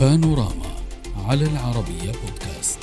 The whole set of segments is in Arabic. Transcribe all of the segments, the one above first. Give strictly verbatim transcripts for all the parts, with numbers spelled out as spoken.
بانوراما على العربية بودكاست.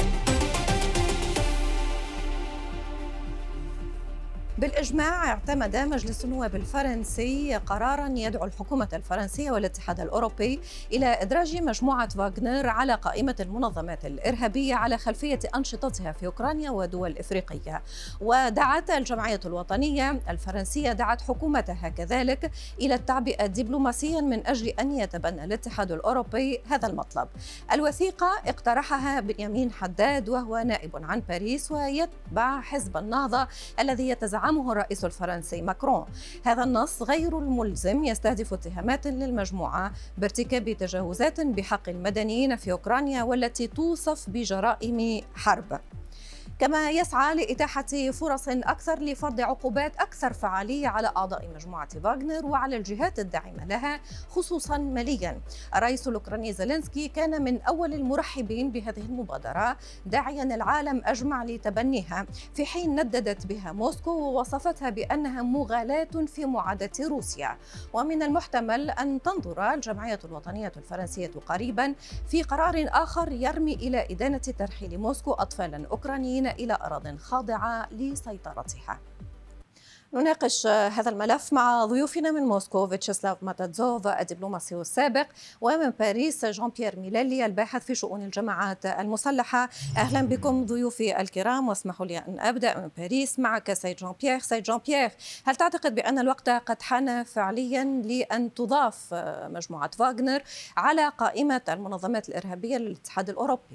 بالإجماع اعتمد مجلس النواب الفرنسي قراراً يدعو الحكومة الفرنسية والاتحاد الأوروبي إلى إدراج مجموعة فاغنر على قائمة المنظمات الإرهابية على خلفية أنشطتها في أوكرانيا ودول إفريقية. ودعت الجمعية الوطنية الفرنسية دعت حكومتها كذلك إلى التعبئة دبلوماسياً من أجل أن يتبنى الاتحاد الأوروبي هذا المطلب. الوثيقة اقترحها بنيامين حداد وهو نائب عن باريس ويتبع حزب النهضة الذي يتزعم الرئيس الفرنسي ماكرون. هذا النص غير الملزم يستهدف اتهامات للمجموعة بارتكاب تجاوزات بحق المدنيين في أوكرانيا والتي توصف بجرائم حرب. كما يسعى لإتاحة فرص أكثر لفرض عقوبات أكثر فعالية على أعضاء مجموعة فاغنر وعلى الجهات الداعمة لها خصوصا ماليا. الرئيس الأوكراني زيلينسكي كان من أول المرحبين بهذه المبادرة داعيا العالم أجمع لتبنيها، في حين نددت بها موسكو ووصفتها بأنها مغالاة في معاداة روسيا. ومن المحتمل أن تنظر الجمعية الوطنية الفرنسية قريبا في قرار آخر يرمي إلى إدانة ترحيل موسكو أطفالا أوكرانيين إلى أراضٍ خاضعة لسيطرتها. نناقش هذا الملف مع ضيوفنا من موسكو فيتشسلاف ماتادزوف الدبلوماسي السابق، ومن باريس جان بيير ميلالي الباحث في شؤون الجماعات المسلحة. أهلا بكم ضيوفي الكرام، واسمحوا لي أن أبدأ من باريس معك سيد جان بيير. سيد جان بيير، هل تعتقد بأن الوقت قد حان فعليا لأن تضاف مجموعة فاغنر على قائمة المنظمات الإرهابية للاتحاد الأوروبي؟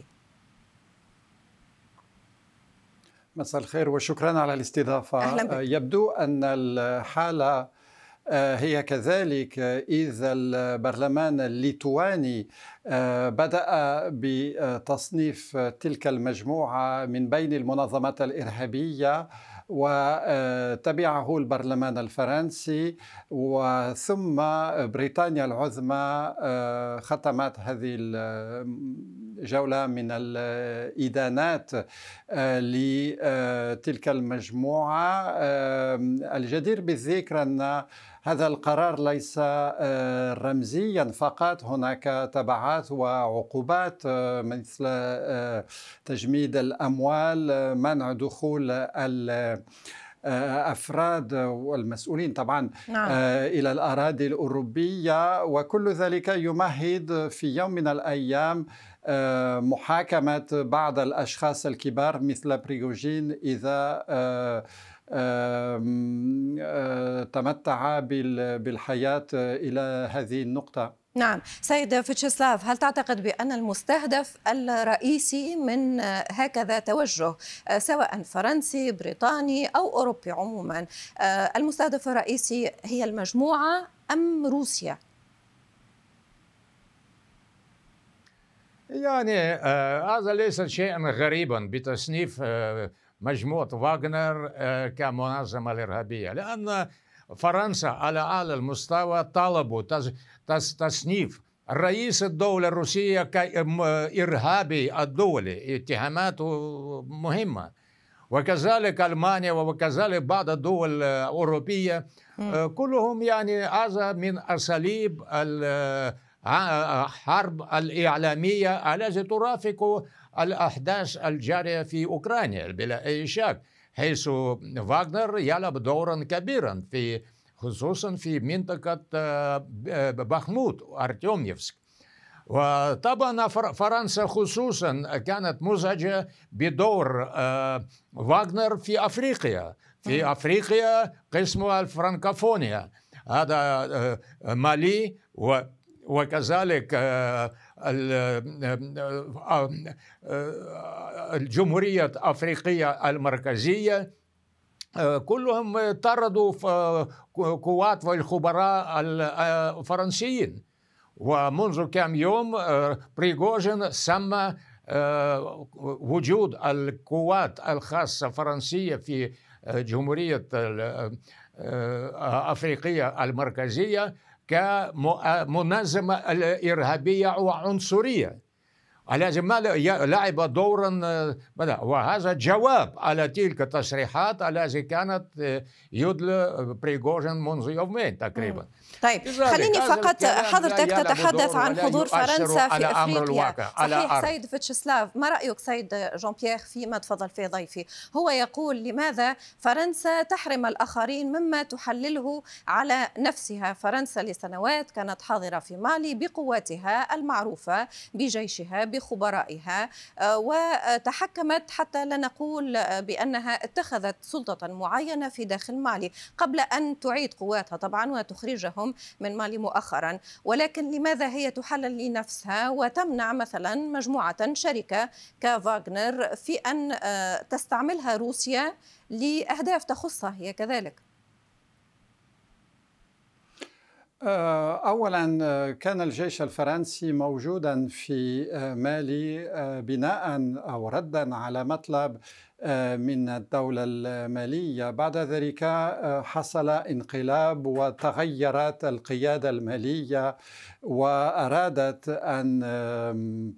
مساء الخير وشكرا على الاستضافة. يبدو أن الحالة هي كذلك، إذ البرلمان الليتواني بدأ بتصنيف تلك المجموعة من بين المنظمات الإرهابية، وتبعه البرلمان الفرنسي، وثم بريطانيا العظمى ختمت هذه الجولة من الإدانات لتلك المجموعة. الجدير بالذكر أن هذا القرار ليس رمزيا فقط، هناك تبعات وعقوبات مثل تجميد الأموال، منع دخول الأفراد والمسؤولين طبعا نعم. إلى الأراضي الأوروبية، وكل ذلك يمهد في يوم من الأيام محاكمة بعض الأشخاص الكبار مثل بريغوجين إذا تمتع بالحياة إلى هذه النقطة. نعم سيد فيتشسلاف، هل تعتقد بأن المستهدف الرئيسي من هكذا توجه سواء فرنسي بريطاني أو أوروبي عموما، المستهدف الرئيسي هي المجموعة أم روسيا؟ يعني هذا ليس شيئا غريبا بتصنيف مجموعة فاغنر كمنظمة إرهابية، لأن فرنسا على أعلى المستوى طلبوا تصنيف رئيس الدولة الروسية كإرهابي الدولي، اتهاماته مهمة، وكذلك ألمانيا وكذلك بعض الدول الأوروبية كلهم. يعني هذا من أساليب الحرب الإعلامية التي ترافق الأحداث الجارية في أوكرانيا بلا أي شك، حيث فاغنر يلعب دورا كبيرا في خصوصا في منطقة بخموت وأرتيوميفسك. وطبعا فرنسا خصوصا كانت مزعجة بدور فاغنر في أفريقيا في أفريقيا قسم الفرنكوفونيا، هذا مالي و وكذلك الجمهورية الأفريقية المركزية، كلهم طردوا قوات والخبراء الفرنسيين. ومنذ كم يوم بريغوجين سمى وجود القوات الخاصة الفرنسية في جمهورية أفريقيا المركزية كمنظمة إرهابية وعنصرية. الذي لعب دورا، وهذا جواب على تلك التصريحات التي كانت يدلى بريغوجين منذ يومين تقريبا. طيب خليني فقط حضرتك تتحدث عن حضور فرنسا في افريقيا. صحيح سيد فيتشسلاف، ما رايك سيد جون بيير فيما تفضل فيه ضيفي؟ هو يقول لماذا فرنسا تحرم الاخرين مما تحلله على نفسها؟ فرنسا لسنوات كانت حاضره في مالي بقواتها المعروفه، بجيشها، بخبرائها، وتحكمت حتى لا نقول بانها اتخذت سلطه معينه في داخل مالي قبل ان تعيد قواتها طبعا وتخرجهم من مالي مؤخرا. ولكن لماذا هي تحلل لنفسها وتمنع مثلا مجموعة شركة كفاغنر في أن تستعملها روسيا لأهداف تخصها هي كذلك؟ أولا كان الجيش الفرنسي موجودا في مالي بناء أو ردا على مطلب من الدولة المالية. بعد ذلك حصل انقلاب وتغيرت القيادة المالية وأرادت أن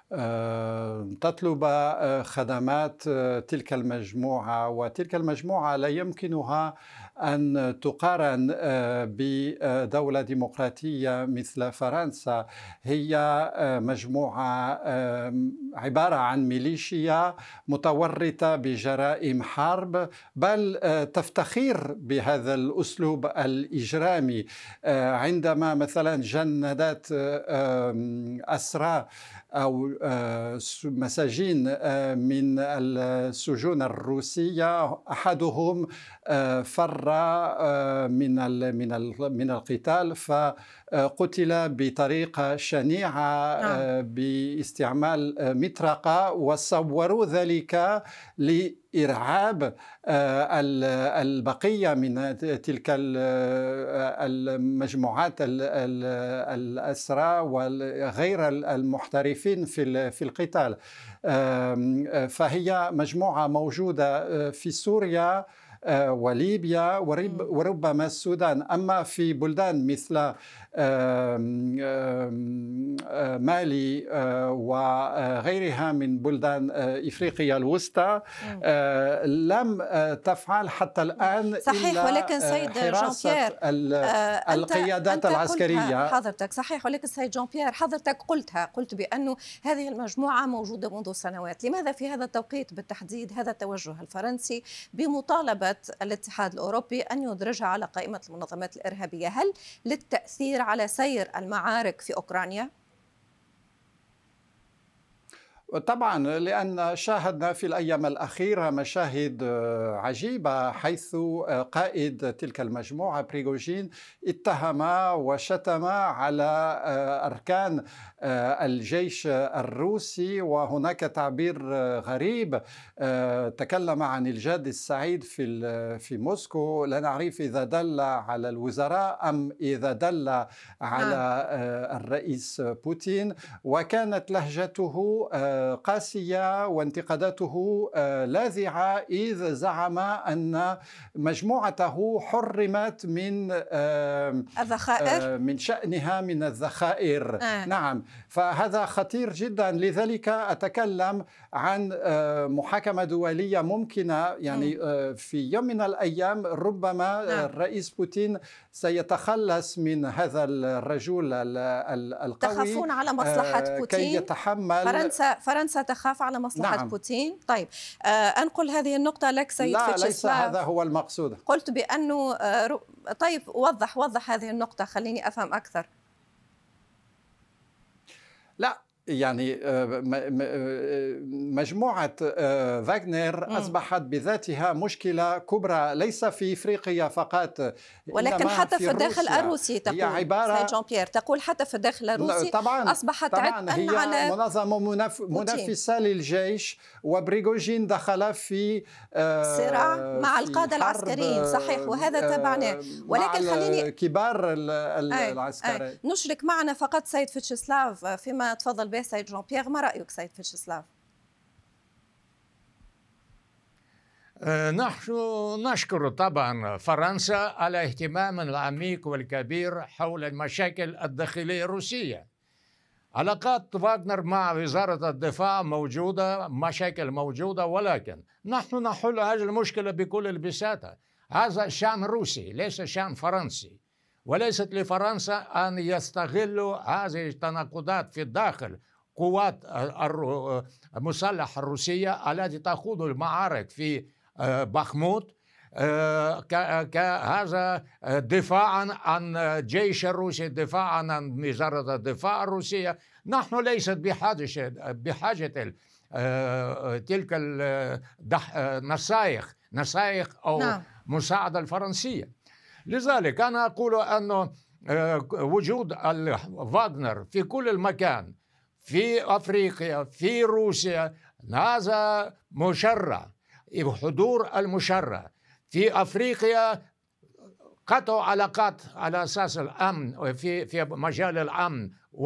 تطلب خدمات تلك المجموعة، وتلك المجموعة لا يمكنها أن تقارن بدولة ديمقراطية مثل فرنسا. هي مجموعة عبارة عن ميليشيا متورطة بجرائم حرب، بل تفتخر بهذا الأسلوب الإجرامي. عندما مثلا جندت أسرى أو مساجين من السجون الروسية، أحدهم فر من من من القتال فقتل بطريقة شنيعة باستعمال مطرقة، وصوروا ذلك لإرعاب البقية من تلك المجموعات الأسرى وغير المحترفين في في القتال. فهي مجموعة موجودة في سوريا وليبيا وربما السودان. أما في بلدان مثل مالي وغيرها من بلدان إفريقيا الوسطى لم تفعل حتى الآن صحيح، إلا ولكن سيد جون بيير القيادات أنت العسكرية. حضرتك صحيح، ولكن سيد جون بيير حضرتك قلتها، قلت بأنه هذه المجموعة موجودة منذ سنوات. لماذا في هذا التوقيت بالتحديد هذا التوجه الفرنسي بمطالبة الاتحاد الأوروبي أن يدرجها على قائمة المنظمات الإرهابية؟ هل للتأثير على سير المعارك في أوكرانيا؟ طبعا، لأن شاهدنا في الأيام الأخيرة مشاهد عجيبة، حيث قائد تلك المجموعة بريغوجين اتهم وشتم على أركان الجيش الروسي. وهناك تعبير غريب، تكلم عن الجاد السعيد في في موسكو. لا نعرف إذا دل على الوزراء أم إذا دل على الرئيس بوتين، وكانت لهجته قاسية وانتقاداته لاذعة، إذ زعم أن مجموعته حرمت من الذخائر، من شأنها من الذخائر. آه. نعم، فهذا خطير جدا. لذلك أتكلم عن محاكمة دولية ممكنة، يعني م. في يوم من الأيام ربما آه. الرئيس بوتين سيتخلص من هذا الرجل القوي. تخافون على مصلحة بوتين كي يتحمل فرنسا فرنسا تخاف على مصلحة نعم. بوتين. طيب آه أنقل هذه النقطة لك سيد لا فيتشسلاف. ليس هذا هو المقصود. قلت بأنه آه طيب وضح وضح هذه النقطة، خليني أفهم أكثر. لا يعني مجموعة فاغنر أصبحت بذاتها مشكلة كبرى، ليس في إفريقيا فقط ولكن حتى في, في الداخل الروسي. تقول عبارة سيد جون بيير، تقول حتى في الداخل الروسي طبعاً أصبحت طبعاً هي على منظمة منف... منافسة للجيش، وبريغوجين دخل في صراع مع القادة العسكريين. صحيح، وهذا تبعناه. ولكن خليني كبار العسكري أي. نشرك معنا فقط سيد فيتشسلاف فيما تفضل به سيد جون بيير. ما رأيك سيد فيتشسلاف؟ نحن نشكر طبعا فرنسا على اهتمامها العميق والكبير حول المشاكل الداخلية الروسية، علاقات فاغنر مع وزارة الدفاع موجودة، مشاكل موجودة، ولكن نحن نحل هذه المشكلة بكل البساطة. هذا شأن روسي ليس شأن فرنسي، وليست لفرنسا أن يستغلوا هذه التناقضات في الداخل قوات المسلحة الروسية التي تخوض المعارك في بخموت كهذا دفاعا عن الجيش الروسي، دفاعا عن وزارة الدفاع الروسية. نحن ليست بحاجة بحاجة تلك النصائح نصائح أو نعم. مساعدة الفرنسية. لذلك أنا أقول أن وجود فاغنر في كل المكان، في أفريقيا، في روسيا، هذا مشرع، حضور المشرع. في أفريقيا قطعوا علاقات على أساس الأمن في في مجال الأمن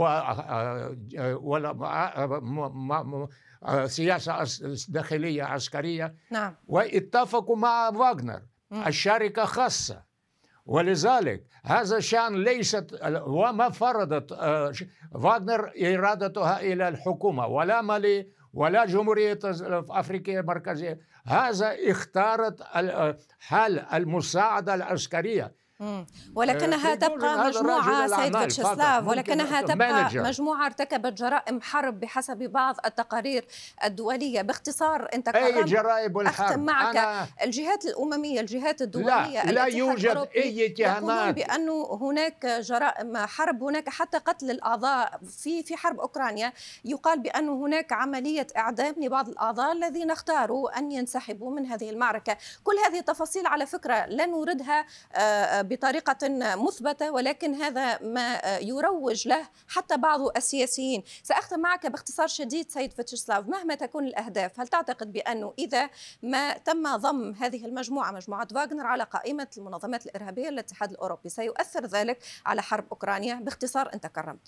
وسياسة داخلية عسكرية. نعم. واتفقوا مع فاغنر الشركة خاصة، ولذلك هذا الشأن ليست وما فرضت فاغنر إرادتها إلى الحكومة ولا مالي ولا جمهورية أفريقيا المركزية. هذا اختارت حل المساعدة العسكرية. مم. ولكنها تبقى مجموعة سيد فيتشسلاف ولكنها تبقى مانجر. مجموعة ارتكبت جرائم حرب بحسب بعض التقارير الدولية. باختصار أنت أي جرائم الحرب؟ أختم معك. أنا... الجهات الأممية، الجهات الدولية، لا, لا يوجد أي اتهامات بأنه هناك جرائم حرب، هناك حتى قتل الأعضاء في في حرب أوكرانيا. يقال بأنه هناك عملية إعدام لبعض الأعضاء الذين اختاروا أن ينسحبوا من هذه المعركة. كل هذه التفاصيل على فكرة لا نوردها بطريقة مثبتة، ولكن هذا ما يروج له حتى بعض السياسيين. سأختم معك باختصار شديد سيد فيتشسلاف، مهما تكون الأهداف، هل تعتقد بأنه إذا ما تم ضم هذه المجموعة مجموعة فاغنر على قائمة المنظمات الإرهابية للاتحاد الأوروبي سيؤثر ذلك على حرب أوكرانيا؟ باختصار أنت كرمت.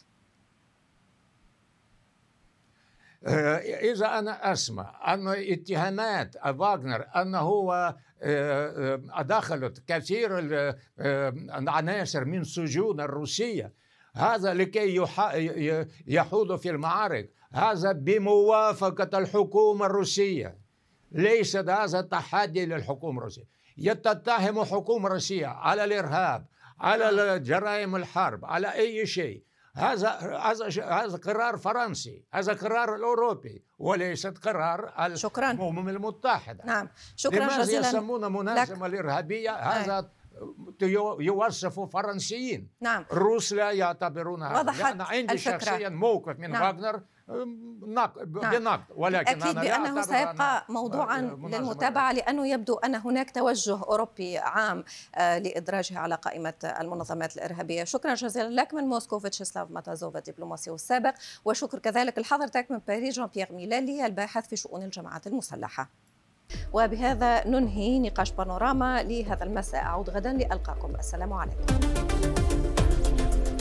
إذا أنا أسمع أن اتهامات فاغنر أنه هو أدخلت كثير العناصر من سجون الروسية، هذا لكي يحوض في المعارك، هذا بموافقة الحكومة الروسية، ليس هذا تحدي للحكومة الروسية. يتهم حكومة روسية على الإرهاب، على جرائم الحرب، على أي شيء. هذا هذا هذا قرار فرنسي، هذا قرار الأوروبي وليست قرار الأمم المتحدة. نعم، شكرا لماذا جزيلا. يسمون منظمة الإرهابية؟ هذا يوصف فرنسيين. نعم. الروس لا يعتبرونها. أنا عندي الفكرة. شخصيا موقف من نعم. فاغنر بنقد، نعم. ولكن أكيد أنا بأنه سيبقى موضوعا للمتابعة، لأنه يبدو أن هناك توجه أوروبي عام لإدراجها على قائمة المنظمات الإرهابية. شكرا جزيلا لك من موسكو فيتشسلاف ماتازوف الدبلوماسي السابق، وشكر كذلك لحضرتك من باريس جان بيير ميلالي الباحث في شؤون الجماعات المسلحة. وبهذا ننهي نقاش بانوراما لهذا المساء. أعود غدا لألقاكم. السلام عليكم.